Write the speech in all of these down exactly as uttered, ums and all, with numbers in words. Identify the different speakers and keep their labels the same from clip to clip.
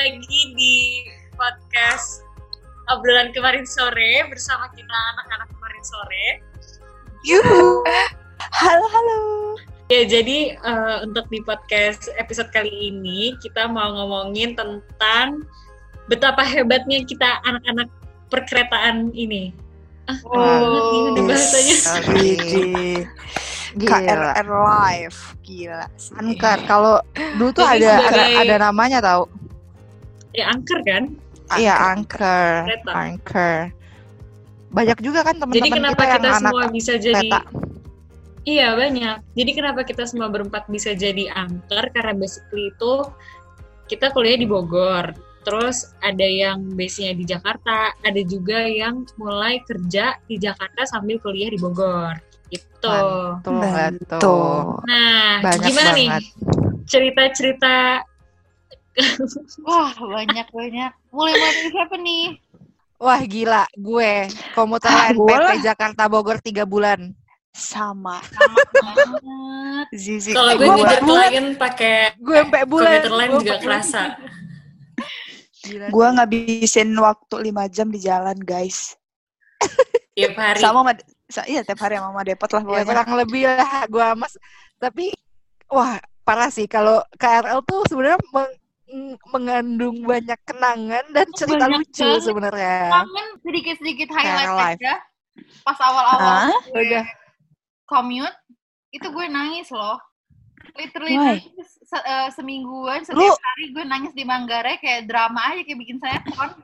Speaker 1: lagi di podcast obrolan kemarin sore bersama kita anak-anak kemarin sore.
Speaker 2: Yuhu. Halo halo.
Speaker 1: Ya, jadi uh, untuk di podcast episode kali ini kita mau ngomongin tentang betapa hebatnya kita anak-anak perkeretaan ini. Ah,
Speaker 2: oh,
Speaker 1: banget gimana bahasanya?
Speaker 2: K R R Live, gila sih. Angker, kalau dulu tuh
Speaker 1: Jadi
Speaker 2: ada,
Speaker 1: sebagai,
Speaker 2: ada ada namanya tau?
Speaker 1: Ya angker kan?
Speaker 2: Iya angker, angker. Banyak juga kan teman-teman kita,
Speaker 1: kita
Speaker 2: yang
Speaker 1: semua
Speaker 2: anak
Speaker 1: bisa jadi
Speaker 2: peta.
Speaker 1: Iya banyak. Jadi kenapa kita semua berempat bisa jadi angker? Karena basically itu kita kuliah di Bogor. Terus ada yang base-nya di Jakarta, ada juga yang mulai kerja di Jakarta sambil kuliah di Bogor. Gitu.
Speaker 2: Mantul, mantul.
Speaker 1: Nah,
Speaker 2: banyak
Speaker 1: gimana
Speaker 2: banget
Speaker 1: nih cerita-cerita?
Speaker 3: Wah, banyak-banyak. Mulai dari siapa nih?
Speaker 2: Wah, gila. Gue komuter lain P T Jakarta Bogor tiga bulan.
Speaker 3: Sama.
Speaker 1: Sama banget.
Speaker 3: Zizi.
Speaker 1: Kalau gue ngejar klien pakai
Speaker 2: gue empat bulan
Speaker 1: komuter lain juga kerasa.
Speaker 3: Gue ngabisin waktu lima jam di jalan, guys.
Speaker 1: Tiap hari.
Speaker 3: Sama sama iya tiap hari sama Mama Depot lah pokoknya.
Speaker 2: Ya, kurang lebih lah gue mas. Tapi wah, parah sih kalau K R L tuh sebenarnya meng- mengandung banyak kenangan dan cerita
Speaker 3: banyak
Speaker 2: lucu sebenarnya.
Speaker 3: Kangen sedikit-sedikit highlight aja. Pas awal-awal gue commute, itu gue nangis loh. Literally nangis se- uh, semingguan, setiap lu, hari gue nangis di Manggarai kayak drama aja, kayak bikin saya kon.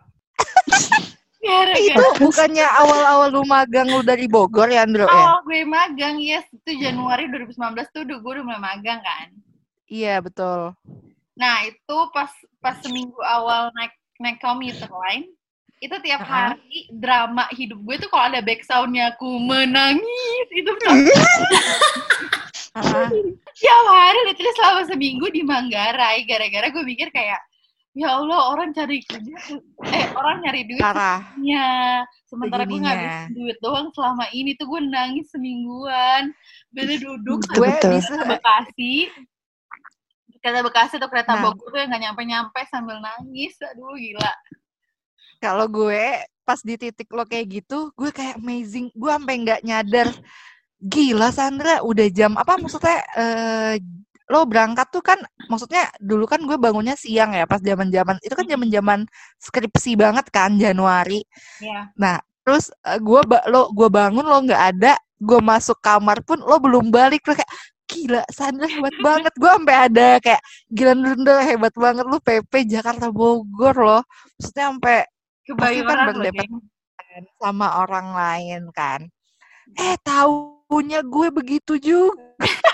Speaker 2: Itu bukannya awal-awal lu magang lu dari Bogor ya, Andro?
Speaker 3: Awal ya? Gue magang, yes. Itu Januari dua ribu sembilan belas tuh gue udah mulai magang kan.
Speaker 2: Iya, betul. Nah,
Speaker 3: itu pas pas seminggu awal naik naik commuter line, itu tiap uh-huh. hari drama hidup gue tuh kalau ada back sound-nya aku menangis, itu uh-huh. tiap hari literally selama seminggu di Manggarai, gara-gara gue mikir kayak ya Allah, orang cari kerja, eh orang nyari duit ya, sementara gue ngabisin duit doang selama ini tuh gue nangis semingguan, bener duduk gue di Bekasi, kereta Bekasi atau kereta nah. Bogor tuh yang nggak nyampe-nyampe sambil nangis, aduh gila.
Speaker 2: Kalau gue pas di titik lo kayak gitu, gue kayak amazing, gue sampai nggak nyadar, gila Sandra, udah jam apa maksudnya? Uh, lo berangkat tuh kan, maksudnya dulu kan gue bangunnya siang ya, pas zaman-zaman itu kan zaman-zaman skripsi banget kan, Januari.
Speaker 3: Yeah.
Speaker 2: Nah, terus uh, gue lo gue bangun lo nggak ada, gue masuk kamar pun lo belum balik, lo kayak gila Sandra hebat banget. Gue sampai ada kayak gila Nunda hebat banget lu P P Jakarta Bogor lo, maksudnya sampai
Speaker 3: kebayang
Speaker 2: kan berdepet sama orang lain kan. Eh taunya gue begitu juga.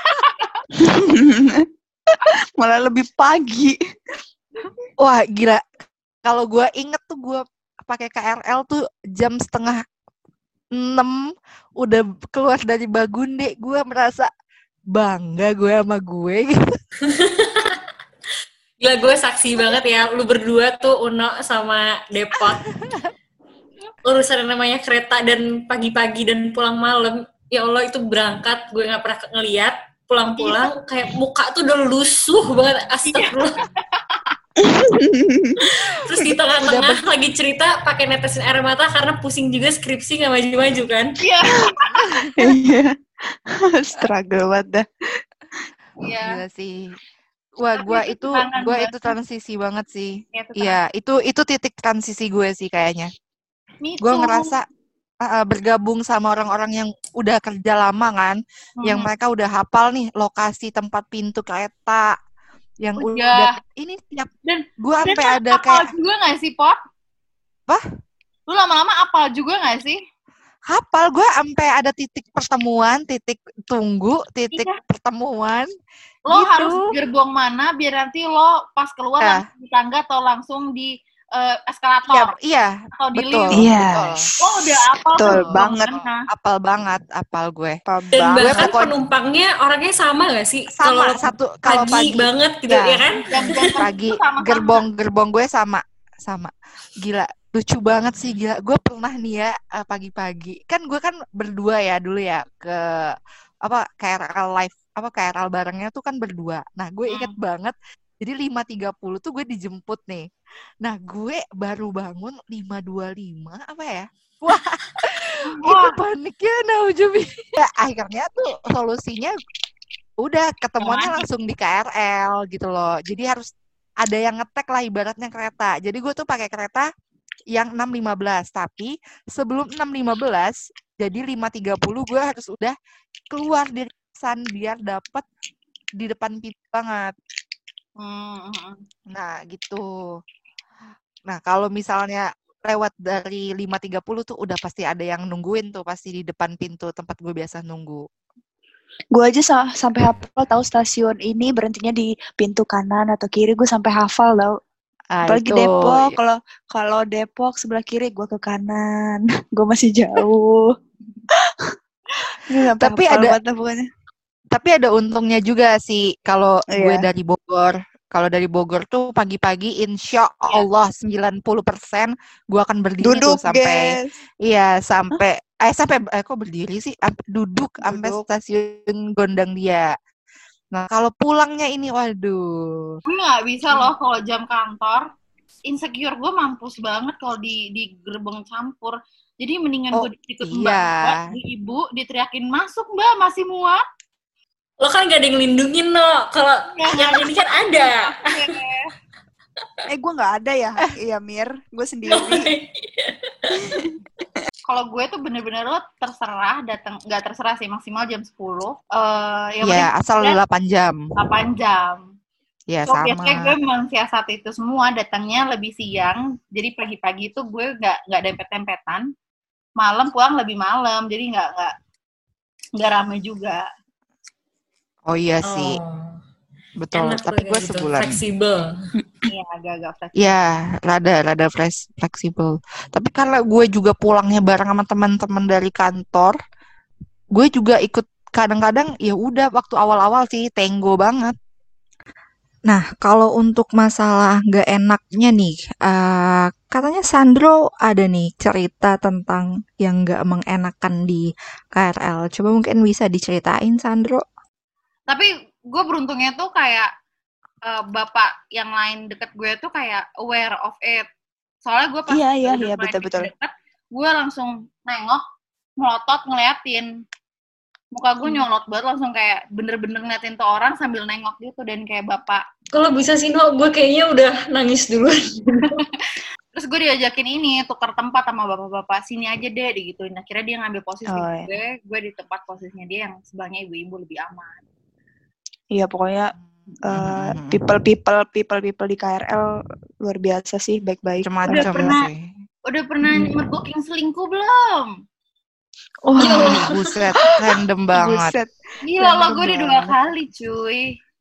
Speaker 3: Malah lebih pagi.
Speaker 2: Wah gila. Kalau gue inget tuh gue pakai K R L tuh jam setengah enam udah keluar dari Bagunde. Gue merasa bangga gue sama gue gitu.
Speaker 1: Gila, gue saksi banget ya. Lu berdua tuh Uno sama Depot urusan namanya kereta dan pagi-pagi dan pulang malam. Ya Allah, itu berangkat gue gak pernah ngeliat. Pulang-pulang kayak muka tuh udah lusuh banget, astagfirullah. Terus di tengah-tengah lagi cerita pakai netesin air mata karena pusing juga skripsi nggak maju-maju kan?
Speaker 3: Iya.
Speaker 2: Iya.
Speaker 3: Struggle banget dah.
Speaker 2: Iya. Gila sih. Wah, gue itu gue itu transisi banget sih. Iya, itu itu titik transisi gue sih kayaknya. Gue ngerasa Uh, bergabung sama orang-orang yang udah kerja lama kan, hmm. yang mereka udah hafal nih lokasi tempat pintu kereta, yang udah, udah ini tiap
Speaker 3: dan
Speaker 2: gue sampai ada
Speaker 3: hafal
Speaker 2: kayak
Speaker 3: juga nggak sih Pot?
Speaker 2: Apa?
Speaker 3: Lu lama-lama hafal juga nggak sih?
Speaker 2: Hafal gue sampai ada titik pertemuan, titik tunggu, titik iya. pertemuan.
Speaker 3: Lo
Speaker 2: gitu.
Speaker 3: Harus gerbong mana biar nanti lo pas keluar uh. langsung di tangga atau langsung di Uh, eskalator.
Speaker 2: Ya, iya,
Speaker 3: atau di
Speaker 2: betul.
Speaker 3: Iya. Yes. Oh, udah apal
Speaker 2: betul
Speaker 3: tuh,
Speaker 2: banget. Apal banget, apal gue.
Speaker 1: Apal Dan banget. Bahkan pokoknya penumpangnya orangnya sama gak sih?
Speaker 2: Sama kalo satu kalau pagi,
Speaker 1: pagi banget gitu ya, ya kan?
Speaker 3: Dan, dan
Speaker 2: pagi gerbong-gerbong gue sama sama. Gila, lucu banget sih gila. Gue pernah nih ya pagi-pagi. Kan gue kan berdua ya dulu ya ke apa K R L live, apa K R L barengnya tuh kan berdua. Nah, gue inget hmm. banget Jadi lima tiga puluh tuh gue dijemput nih. Nah, gue baru bangun lima dua puluh lima apa ya? Wah, itu paniknya naujubi. Ya, akhirnya tuh solusinya udah ketemuannya langsung di K R L gitu loh. Jadi harus ada yang ngetek lah ibaratnya kereta. Jadi gue tuh pakai kereta yang enam lima belas, tapi sebelum enam lima belas jadi lima tiga puluh gue harus udah keluar dari kosan biar dapet di depan pintu banget. Hmm. Nah gitu. Nah kalau misalnya lewat dari lima tiga puluh tuh udah pasti ada yang nungguin tuh, pasti di depan pintu tempat gue biasa nunggu.
Speaker 4: Gue aja sa- sampai hafal tahu stasiun ini berhentinya di pintu kanan atau kiri, gue sampai hafal tau. Ah, apalagi itu. Depok, kalau kalau Depok sebelah kiri gue ke kanan, gue masih jauh.
Speaker 2: Tapi ada tapi ada untungnya juga sih kalau yeah. gue dari Bogor. Kalau dari Bogor tuh pagi-pagi insya Allah yeah. sembilan puluh persen gue akan berdiri duduk, tuh sampai guys. Iya sampai huh? eh sampai eh kok berdiri sih duduk sampai stasiun Gondang Dia. Nah kalau pulangnya ini waduh.
Speaker 3: Gue nggak bisa loh kalau jam kantor. Insecure gue mampus banget kalau di di gerbong campur. Jadi mendingan oh, gue ikut iya. mbak, di ibu diteriakin masuk mbak masih muat.
Speaker 1: Lo kan gak ada yang lindungin no. Kalau ya, yang ini kan ada.
Speaker 4: eh gue nggak ada ya. Iya Mir, gue sendiri.
Speaker 3: Kalau gue tuh bener-bener lo terserah datang, nggak terserah sih maksimal jam sepuluh. Uh,
Speaker 2: ya yeah, asal delapan jam.
Speaker 3: delapan jam.
Speaker 2: Ya
Speaker 3: so,
Speaker 2: sama.
Speaker 3: Biasanya gue mensiasat itu semua, datangnya lebih siang. Jadi pagi-pagi itu gue nggak nggak dempet-dempetan. Malam pulang lebih malam, jadi nggak nggak nggak rame juga.
Speaker 2: Oh iya sih, oh. Betul. Enak tapi gue gitu. Sebulan.
Speaker 1: Fleksibel.
Speaker 3: Iya agak-agak fleksibel.
Speaker 2: Iya, rada rada fresh, fleksibel. Tapi karena gue juga pulangnya bareng sama teman-teman dari kantor, gue juga ikut kadang-kadang ya udah waktu awal-awal sih tenggo banget.
Speaker 5: Nah, kalau untuk masalah gak enaknya nih, uh, katanya Sandro ada nih cerita tentang yang gak mengenakan di K R L. Coba mungkin bisa diceritain, Sandro.
Speaker 3: Tapi gue beruntungnya tuh kayak uh, bapak yang lain deket gue tuh kayak aware of it. Soalnya gue pas
Speaker 4: iya, iya, iya, betul-betul.
Speaker 3: deket, gue langsung nengok, melotot, ngeliatin. Muka gue nyolot banget, langsung kayak bener-bener ngeliatin tuh orang sambil nengok gitu, dan kayak bapak.
Speaker 1: Kalau bisa sih, no, gue kayaknya udah nangis duluan.
Speaker 3: Terus gue diajakin ini, tukar tempat sama bapak-bapak, sini aja deh, digituin. Akhirnya dia ngambil posisi oh, gue, iya. gue di tempat posisinya dia yang sebelahnya ibu-ibu lebih aman.
Speaker 4: Iya, pokoknya uh, people, people, people, people di K R L luar biasa sih, baik-baik.
Speaker 3: Udah pernah, sih. udah pernah hmm. mergoking selingkuh belum?
Speaker 2: Oh, buset, random banget. Buset.
Speaker 3: Gila lo, gue udah dua kali, cuy.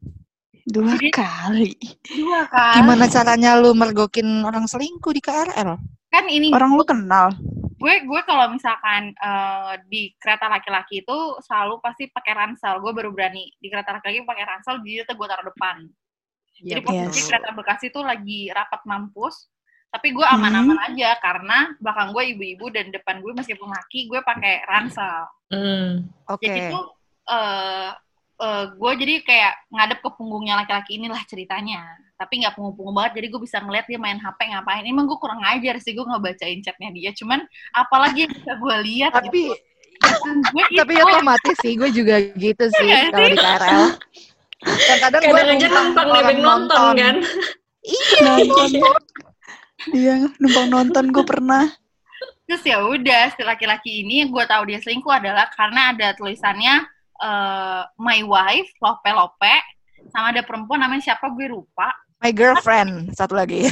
Speaker 4: Dua Jadi, kali?
Speaker 3: Dua kali.
Speaker 2: Gimana caranya lu mergokin orang selingkuh di K R L?
Speaker 3: Kan ini...
Speaker 4: Orang lu kenal?
Speaker 3: Gue gue kalau misalkan uh, di kereta laki-laki itu selalu pasti pakai ransel. Gue baru berani di kereta laki-laki pakai ransel, jadi tuh gue taruh depan. Jadi yes. posisi kereta Bekasi tuh lagi rapat mampus. Tapi gue aman-aman hmm. aja karena belakang gue ibu-ibu dan depan gue meskipun laki gue pakai ransel.
Speaker 2: Hmm. Oke. Okay.
Speaker 3: Jadi tuh uh, uh, gue jadi kayak ngadep ke punggungnya laki-laki inilah ceritanya. Tapi nggak punggung-punggung banget, jadi gue bisa ngeliat dia main H P ngapain. Emang gue kurang ajar sih, gue nggak bacain chatnya dia. Cuman apalagi yang bisa gue lihat.
Speaker 2: Tapi gitu. gue tapi otomatis sih gue juga gitu sih kalau di K R L.
Speaker 1: Kadang-kadang gue aja numpang nebeng nonton kan.
Speaker 4: Iya. Iya, numpang nonton gue pernah.
Speaker 3: Terus ya udah, si laki-laki ini yang gue tahu dia selingkuh adalah karena ada tulisannya uh, my wife, lope-lope, sama ada perempuan namanya siapa gue lupa.
Speaker 2: My girlfriend, satu lagi.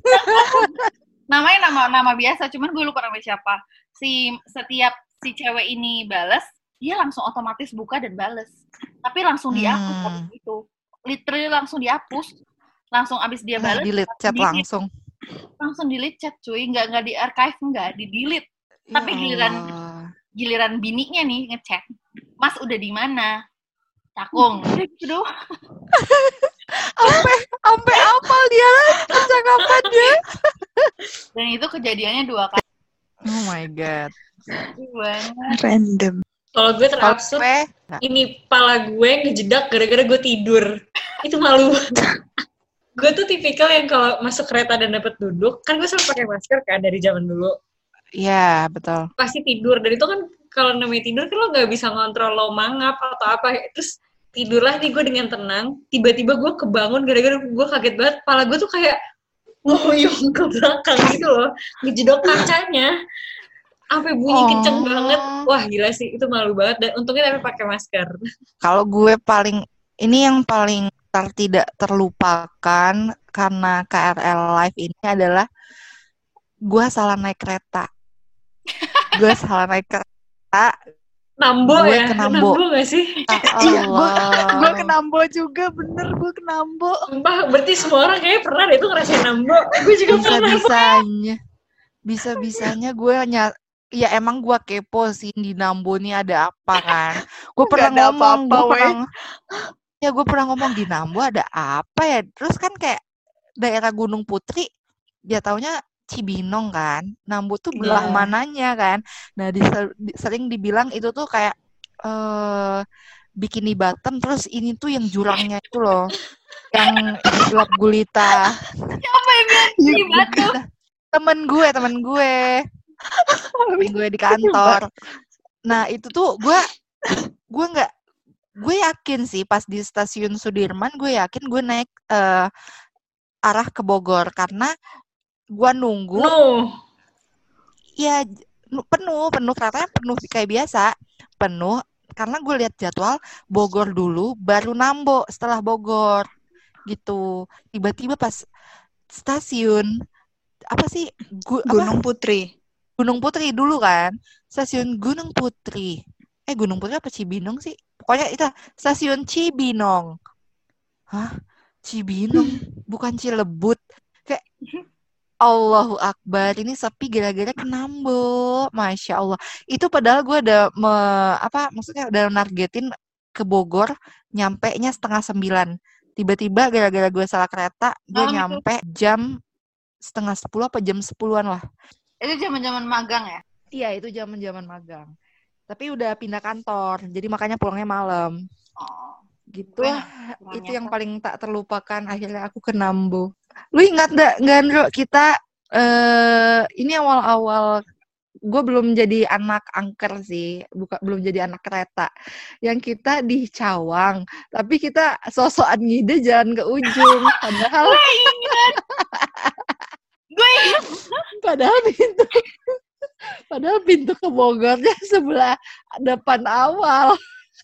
Speaker 3: Namanya nama nama biasa, cuman gue lupa namanya siapa. Si setiap si cewek ini bales, dia langsung otomatis buka dan bales. Tapi langsung dihapus hmm. habis itu. Literally langsung dihapus. Langsung abis dia bales.
Speaker 2: Delete chat langsung.
Speaker 3: Langsung delete chat cuy, nggak nggak di archive, nggak di delete. Tapi ya giliran giliran bininya nih ngechat, Mas udah di mana? Cakung, gitu doang.
Speaker 2: Ampe ampe apal dia percakapannya.
Speaker 3: Dan itu kejadiannya dua kali.
Speaker 2: Oh my god.
Speaker 4: Random.
Speaker 1: Kalau gue terabsurd, ini pala gue ngejedak gara-gara gue tidur. Itu malu. gue tuh tipikal yang kalau masuk kereta dan dapat duduk, kan gue selalu pakai masker kan dari zaman dulu.
Speaker 2: Iya, betul.
Speaker 1: Pasti tidur, dan itu kan kalau namanya tidur kan lo nggak bisa ngontrol lo mangap atau apa. Terus tidurlah nih gue dengan tenang, tiba-tiba gue kebangun gara-gara gue kaget banget, kepala gue tuh kayak ngoyong ke belakang gitu loh, ngejedok kacanya. Sampai bunyi oh. kenceng banget. Wah, gila sih, itu malu banget. Dan untungnya tapi pakai masker.
Speaker 2: Kalau gue paling, ini yang paling ter, tidak terlupakan karena K R L Live ini adalah gue salah naik kereta. Gue salah naik kereta.
Speaker 1: Nambo
Speaker 2: gue
Speaker 1: ya?
Speaker 2: Ke Nambo.
Speaker 1: Nambo gak sih?
Speaker 4: Iya, gue gue ke Nambo juga, bener gue ke Nambo.
Speaker 1: Sumpah, berarti semua orang kayaknya pernah deh itu ngerasain Nambo. Gue juga
Speaker 2: bisa
Speaker 1: pernah.
Speaker 2: Bisa-bisanya. Bisa-bisanya gue nyat ya emang gue kepo sih di Nambo nih ada apa kan. Gue pernah ngomong, gue pernah ya gue pernah ngomong di Nambo ada apa ya. Terus kan kayak daerah Gunung Putri, dia taunya Cibinong kan. Nambo tuh belah yeah. mananya kan. Nah di, di, sering dibilang itu tuh kayak uh, Bikini Bottom, terus ini tuh yang jurangnya itu loh. Yang gelap gulita.
Speaker 3: Siapa yang bilang Bikini Bottom?
Speaker 2: Temen gue, temen gue. Temen gue di kantor. Nah itu tuh gue gue nggak gue yakin sih pas di stasiun Sudirman, gue yakin gue naik uh, arah ke Bogor karena gue nunggu.
Speaker 1: No.
Speaker 2: Ya penuh, penuh keretanya penuh kayak biasa, penuh karena gue lihat jadwal Bogor dulu, baru Nambo setelah Bogor gitu. Tiba-tiba pas stasiun apa sih Gu-
Speaker 4: Gunung
Speaker 2: apa?
Speaker 4: Putri.
Speaker 2: Gunung Putri dulu kan, stasiun Gunung Putri. Eh Gunung Putri apa Cibinong sih? Pokoknya itu stasiun Cibinong. Hah? Cibinong, bukan Cilebut. Kayak Allahu Akbar, ini sepi gara-gara ke Nambo. Masya Allah. Itu padahal gue udah me, apa maksudnya udah nargetin ke Bogor, nyampe nya setengah sembilan. Tiba-tiba gara-gara gue salah kereta, gue oh, nyampe itu jam setengah sepuluh apa jam sepuluhan lah.
Speaker 3: Itu zaman-zaman magang ya?
Speaker 2: Iya, itu zaman-zaman magang. Tapi udah pindah kantor, jadi makanya pulangnya malam. Oh, gitu lah. Itu yang paling tak terlupakan. Akhirnya aku ke Nambo. Lu ingat nggak, Gandro, kita uh, ini awal-awal gue belum jadi anak angker sih, bukan belum jadi anak kereta. Yang kita di Cawang, tapi kita sosokan ngide jalan ke ujung. Padahal
Speaker 3: gue ingat. gue ingat.
Speaker 2: Padahal pintu, padahal pintu ke Bogornya sebelah depan awal.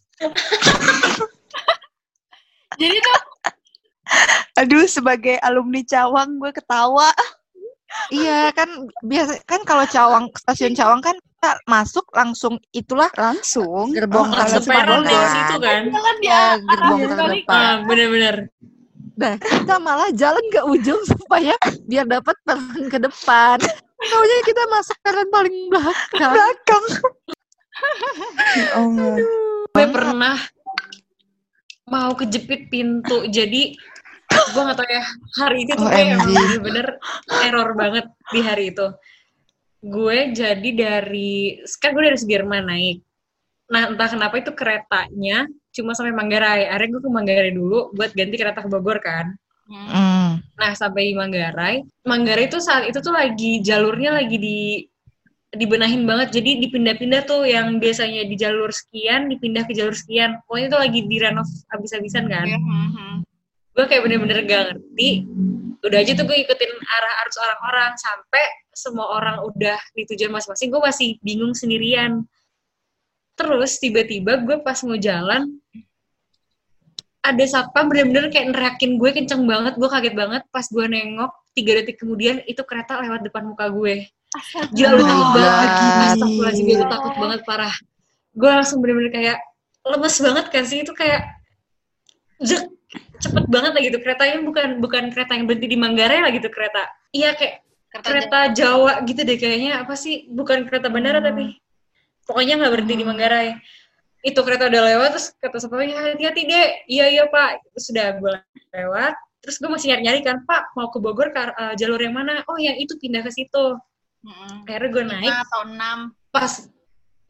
Speaker 3: Jadi tuh,
Speaker 4: aduh, sebagai alumni Cawang gue ketawa.
Speaker 2: Iya kan, biasa kan kalau Cawang, stasiun Cawang kan kita masuk langsung itulah
Speaker 4: langsung
Speaker 2: gerbong
Speaker 1: oh, terdepan di situ kan.
Speaker 3: Jalan
Speaker 2: ya, gerbong terdepan.
Speaker 1: Ah, benar-benar.
Speaker 2: Nah, kita malah jalan ke ujung supaya biar dapat peron ke depan. Taunya kita masuk peron paling belakang.
Speaker 4: Belakang.
Speaker 2: Oh,
Speaker 1: gue pernah mau kejepit pintu, jadi gue nggak tahu ya hari itu tuh gue emang bener-bener error banget di hari itu. Gue jadi dari kan gue dari Sudirman naik, nah entah kenapa itu keretanya cuma sampai Manggarai. Akhirnya gue ke Manggarai dulu buat ganti kereta ke Bogor kan.
Speaker 2: Mm.
Speaker 1: Nah sampai di Manggarai, Manggarai itu saat itu tuh lagi jalurnya lagi di dibenahin banget, jadi dipindah-pindah tuh yang biasanya di jalur sekian dipindah ke jalur sekian. Pokoknya itu lagi direnov abis-abisan kan.
Speaker 3: Mm-hmm.
Speaker 1: Gue kayak bener-bener gak ngerti. Udah aja tuh gue ikutin arah arus orang-orang sampai semua orang udah di tujuan masing-masing, gue masih bingung sendirian. Terus tiba-tiba gue pas mau jalan ada satpam bener-bener kayak nerakin gue kenceng banget. Gue kaget banget pas gue nengok tiga detik kemudian itu kereta lewat depan muka gue. Gila, lu takut banget. Astagfirullahaladzim, gue takut banget parah. Gue langsung bener-bener kayak lemes banget kan sih. Itu kayak jek, cepet banget lah gitu. Keretanya bukan bukan kereta yang berhenti di Manggarai lah gitu kereta. Iya kayak kereta, kereta Jawa. Jawa gitu deh kayaknya. Apa sih? Bukan kereta bandara hmm. tapi pokoknya gak berhenti hmm. di Manggarai. Itu kereta udah lewat, terus kata satpamnya, hati-hati deh. Iya, iya Pak. Terus udah gue lewat. Terus gue masih nyari-nyari kan, Pak mau ke Bogor ke uh, jalur yang mana? Oh yang itu pindah ke situ. Mm-hmm. Akhirnya gue naik
Speaker 3: lima atau enam
Speaker 1: pas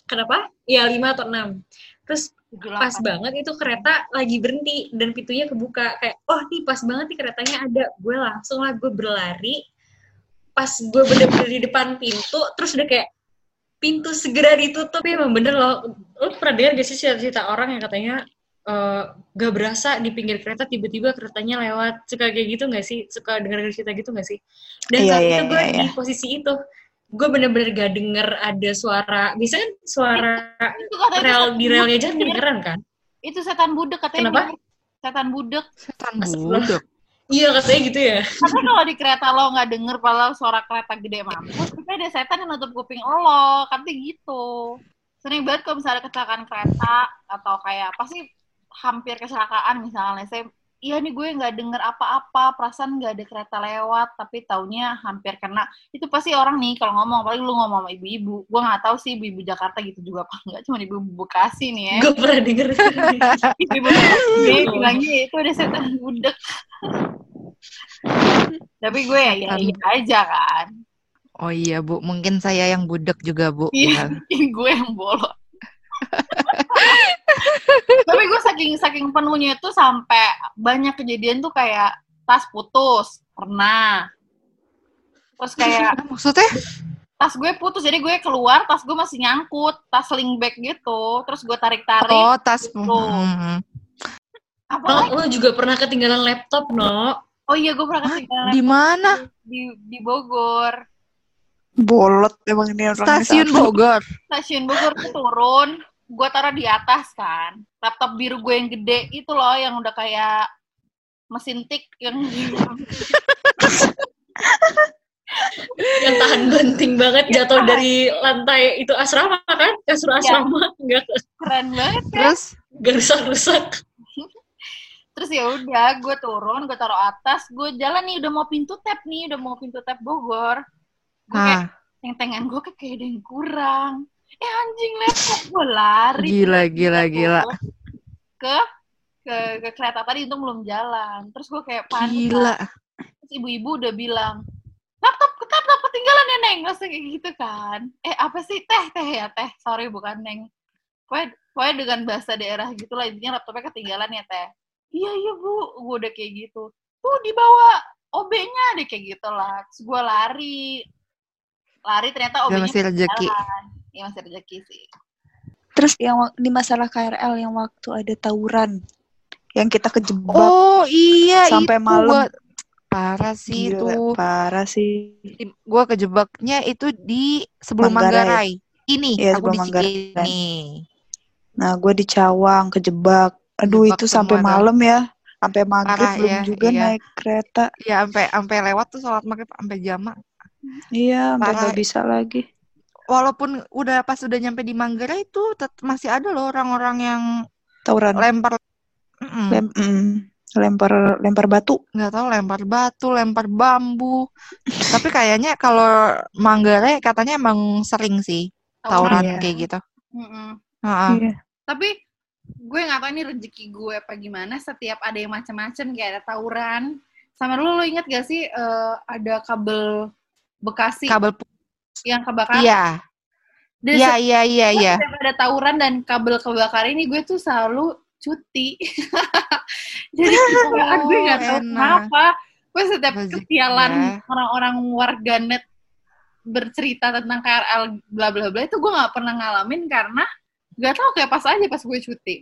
Speaker 1: Kenapa? Ya lima atau enam. Terus pas banget itu kereta lagi berhenti dan pintunya kebuka. Kayak, oh nih pas banget nih keretanya ada. Gue langsung lah gue berlari. Pas gue bener-bener di depan pintu, terus udah kayak pintu segera ditutup. Ya emang bener loh. Lo pernah dengar gak sih cerita orang yang katanya uh, gak berasa di pinggir kereta tiba-tiba keretanya lewat. Suka kayak gitu gak sih? Suka denger cerita gitu gak sih? Dan
Speaker 4: yeah,
Speaker 1: saat
Speaker 4: yeah,
Speaker 1: itu gue
Speaker 4: yeah,
Speaker 1: di
Speaker 4: yeah.
Speaker 1: posisi itu. Gue bener-bener gak denger ada suara, biasanya kan suara itu, itu rel di relnya aja kedengeran kan?
Speaker 3: Itu setan budek katanya.
Speaker 1: Kenapa?
Speaker 3: Setan budek.
Speaker 2: Setan budek.
Speaker 1: Iya katanya gitu ya.
Speaker 3: Karena kalau di kereta lo nggak denger padahal suara kereta gede mampus, tapi ada setan yang nutup kuping lo, katanya gitu. Sering banget kalau misalnya kecelakaan kereta atau kayak pasti hampir kecelakaan misalnya, saya iya nih gue nggak denger apa-apa, perasaan nggak ada kereta lewat, tapi taunya hampir kena. Itu pasti orang nih kalau ngomong, apalagi lu ngomong sama ibu-ibu. Gue nggak tahu sih ibu-ibu Jakarta gitu juga apa enggak, cuma ibu-ibu Bekasi nih ya.
Speaker 1: Gue pernah denger.
Speaker 3: Ibu-ibu Bekasi bilangnya itu ada setan budek. Tapi gue ya iya aja kan.
Speaker 2: Oh iya Bu, mungkin saya yang budek juga Bu.
Speaker 3: Iya, mungkin gue yang bolot. Tapi gue saking saking penuhnya itu sampai banyak kejadian tuh kayak tas putus pernah. Terus kayak
Speaker 2: maksudnya
Speaker 3: tas gue putus, jadi gue keluar tas gue masih nyangkut, tas sling bag gitu. Terus gue tarik-tarik.
Speaker 2: Oh tas.
Speaker 3: Gitu.
Speaker 2: Hmm.
Speaker 1: Apa? No, lo juga pernah ketinggalan laptop, no?
Speaker 3: Oh iya, gue pernah ketinggalan laptop.
Speaker 2: Di mana?
Speaker 3: Di di Bogor.
Speaker 4: Bolot emang ini orang.
Speaker 2: Stasiun Bogor.
Speaker 3: Stasiun Bogor tuh turun. Gue taruh di atas kan, laptop biru gue yang gede itu loh, yang udah kayak mesin tik yang
Speaker 1: yang tahan banting banget jatuh dari lantai itu asrama kan, kasur asrama ya. Nggak
Speaker 3: keren banget kan?
Speaker 1: Terus gak rusak-rusak.
Speaker 3: Terus ya udah, gue turun, gue taruh atas, gue jalan nih, udah mau pintu tap nih, udah mau pintu tap Bogor, gue kayak tentengan gue kayak ada yang kurang. Eh anjing laptop gue lari
Speaker 2: gila gila gila
Speaker 3: ke ke ke kereta tadi, untung belum jalan. Terus gue kayak panik
Speaker 2: gila.
Speaker 3: Terus ibu-ibu udah bilang laptop laptop ketinggalan ya Neng, terus kayak gitu kan. Eh apa sih teh teh ya teh sorry bukan Neng, pokoknya, pokoknya dengan bahasa daerah gitulah, intinya laptopnya ketinggalan ya teh. Iya iya Bu, gue udah kayak gitu tuh dibawa O B-nya deh kayak gitu lah. Terus gue lari lari ternyata O B-nya
Speaker 2: masih rezeki.
Speaker 3: Iya masih rezeki sih.
Speaker 4: Terus yang di masalah K R L yang waktu ada tawuran, yang kita kejebak.
Speaker 2: Oh iya
Speaker 4: sampai
Speaker 2: itu
Speaker 4: malam.
Speaker 2: Gua... Parah sih
Speaker 4: Gila,
Speaker 2: itu.
Speaker 4: Parah sih.
Speaker 2: Gue kejebaknya itu di sebelum Manggarai. Manggarai. Ini
Speaker 4: ya,
Speaker 2: aku di Cikini.
Speaker 4: Nah gue di Cawang kejebak. Aduh kejebak itu sampai malam ya. Sampai maghrib Parah, belum ya, juga iya. naik kereta.
Speaker 2: Iya sampai sampai lewat tuh sholat maghrib sampai jamak.
Speaker 4: Iya sampai nggak bisa lagi.
Speaker 2: Walaupun udah pas udah nyampe di Manggarai itu tet- masih ada loh orang-orang yang
Speaker 4: tawuran
Speaker 2: lempar
Speaker 4: Lem, mm, lempar lempar batu
Speaker 2: nggak tahu lempar batu lempar bambu tapi kayaknya kalau Manggarai katanya emang sering sih tawuran oh, iya. kayak gitu. Uh-uh.
Speaker 3: Iya. Tapi gue nggak tahu ini rezeki gue apa gimana, setiap ada yang macam-macam kayak ada tawuran sama dulu. Lo inget gak sih uh, ada kabel Bekasi
Speaker 2: kabel
Speaker 3: yang kebakaran.
Speaker 2: Iya. Iya, iya, iya, iya.
Speaker 3: Setiap ada tawuran dan kabel kebakaran ini gue tuh selalu cuti. Jadi oh, gue gak tahu kenapa. Gue setiap kesialan ya. Orang-orang warganet bercerita tentang K R L bla bla bla itu gue gak pernah ngalamin karena gak tahu kayak pas aja pas gue cuti.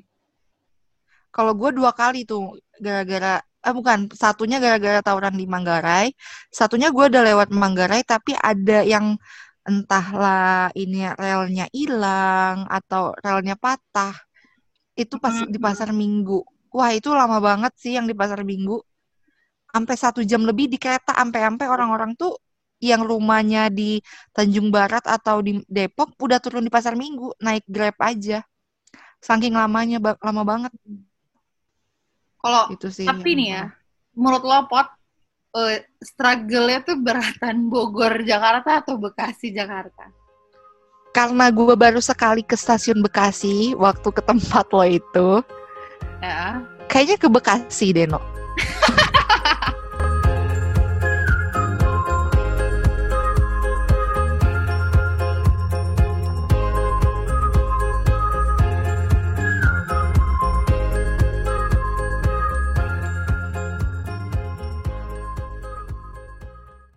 Speaker 2: Kalau gue dua kali tuh gara-gara Eh bukan, satunya gara-gara tawuran di Manggarai, satunya gue udah lewat Manggarai tapi ada yang entahlah ini relnya hilang atau relnya patah. Itu pas di Pasar Minggu. Wah itu lama banget sih yang di Pasar Minggu. Sampai satu jam lebih di kereta, sampai-sampai orang-orang tuh yang rumahnya di Tanjung Barat atau di Depok udah turun di Pasar Minggu, naik Grab aja. Saking lamanya, lama banget.
Speaker 3: Kalau tapi nih ya, menurut lo Pot, uh, struggle-nya tuh beratan Bogor Jakarta atau Bekasi Jakarta?
Speaker 2: Karena gue baru sekali ke stasiun Bekasi waktu ke tempat lo itu,
Speaker 3: ya.
Speaker 2: Kayaknya ke Bekasi deh, No.